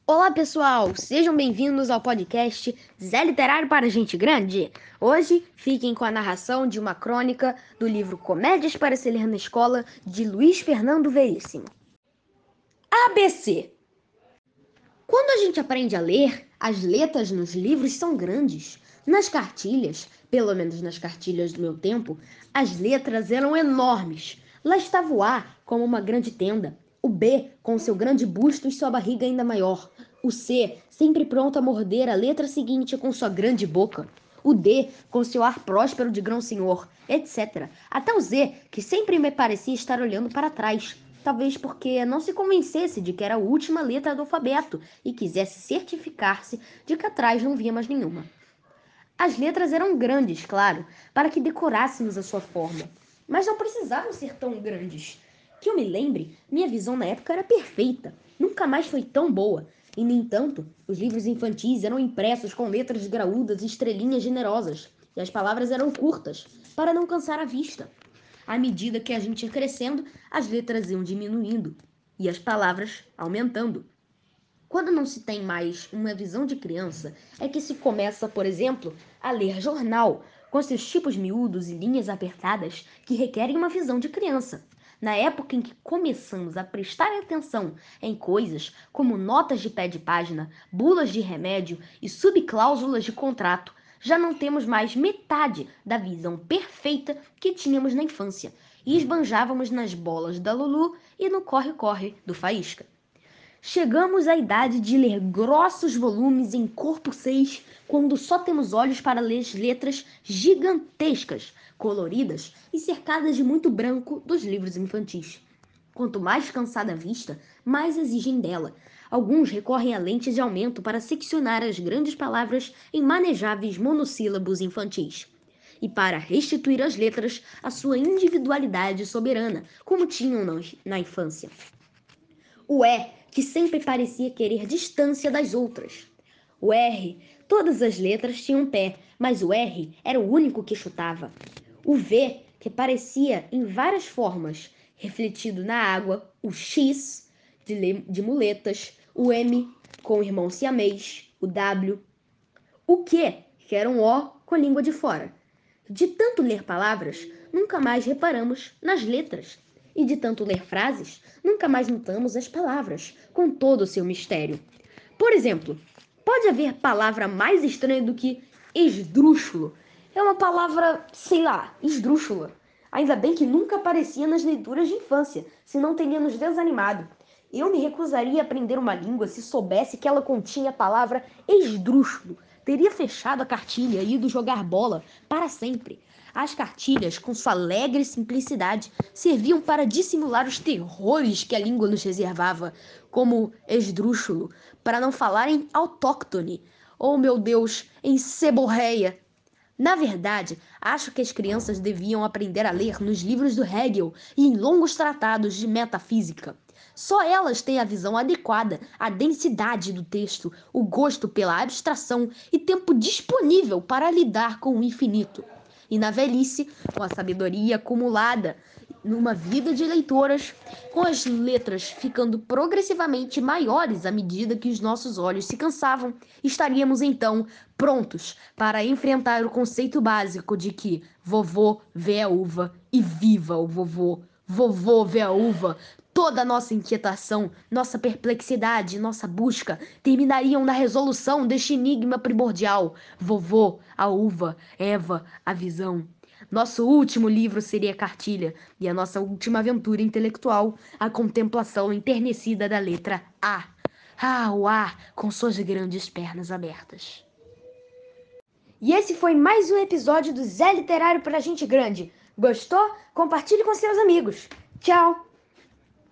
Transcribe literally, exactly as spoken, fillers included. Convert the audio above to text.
Olá pessoal, sejam bem-vindos ao podcast Zé Literário para Gente Grande. Hoje fiquem com a narração de uma crônica do livro Comédias para se ler na escola, de Luiz Fernando Veríssimo. A B C. Quando a gente aprende a ler, as letras nos livros são grandes. Nas cartilhas, pelo menos nas cartilhas do meu tempo, as letras eram enormes. Lá estava o A como uma grande tenda, o B com seu grande busto e sua barriga ainda maior, o C sempre pronto a morder a letra seguinte com sua grande boca, o D com seu ar próspero de grão-senhor, etcétera. Até o Z, que sempre me parecia estar olhando para trás, talvez porque não se convencesse de que era a última letra do alfabeto e quisesse certificar-se de que atrás não via mais nenhuma. As letras eram grandes, claro, para que decorássemos a sua forma, mas não precisavam ser tão grandes. Que eu me lembre, minha visão na época era perfeita, nunca mais foi tão boa. E, no entanto, os livros infantis eram impressos com letras graúdas e estrelinhas generosas, e as palavras eram curtas, para não cansar a vista. À medida que a gente ia crescendo, as letras iam diminuindo e as palavras aumentando. Quando não se tem mais uma visão de criança, é que se começa, por exemplo, a ler jornal, com seus tipos miúdos e linhas apertadas que requerem uma visão de criança. Na época em que começamos a prestar atenção em coisas como notas de pé de página, bulas de remédio e subcláusulas de contrato, já não temos mais metade da visão perfeita que tínhamos na infância e esbanjávamos nas bolas da Lulu e no corre-corre do Faísca. Chegamos à idade de ler grossos volumes em corpo seis, quando só temos olhos para ler as letras gigantescas, coloridas e cercadas de muito branco dos livros infantis. Quanto mais cansada a vista, mais exigem dela. Alguns recorrem a lentes de aumento para seccionar as grandes palavras em manejáveis monossílabos infantis. E para restituir às letras a sua individualidade soberana, como tinham na infância. O E, que sempre parecia querer distância das outras. O R, todas as letras tinham pé, mas o R era o único que chutava. O V, que parecia em várias formas, refletido na água. O X, de, de muletas. O M, com o irmão siamês. O W. O Q, que era um O com a língua de fora. De tanto ler palavras, nunca mais reparamos nas letras. E de tanto ler frases, nunca mais notamos as palavras, com todo o seu mistério. Por exemplo, pode haver palavra mais estranha do que esdrúxulo? É uma palavra, sei lá, esdrúxula. Ainda bem que nunca aparecia nas leituras de infância, senão teria nos desanimado. Eu me recusaria a aprender uma língua se soubesse que ela continha a palavra esdrúxulo. Teria fechado a cartilha e ido jogar bola para sempre. As cartilhas, com sua alegre simplicidade, serviam para dissimular os terrores que a língua nos reservava, como esdrúxulo, para não falar em autóctone, ou, meu Deus, em seborreia. Na verdade, acho que as crianças deviam aprender a ler nos livros do Hegel e em longos tratados de metafísica. Só elas têm a visão adequada, a densidade do texto, o gosto pela abstração e tempo disponível para lidar com o infinito. E na velhice, com a sabedoria acumulada numa vida de leitoras, com as letras ficando progressivamente maiores à medida que os nossos olhos se cansavam, estaríamos então prontos para enfrentar o conceito básico de que vovô vê a uva e viva o vovô. Vovô vê a uva. Toda a nossa inquietação, nossa perplexidade, nossa busca terminariam na resolução deste enigma primordial. Vovô, a uva, Eva, a visão. Nosso último livro seria Cartilha, e a nossa última aventura intelectual, a contemplação enternecida da letra A. Ah, o A, com suas grandes pernas abertas. E esse foi mais um episódio do Zé Literário para Gente Grande. Gostou? Compartilhe com seus amigos. Tchau!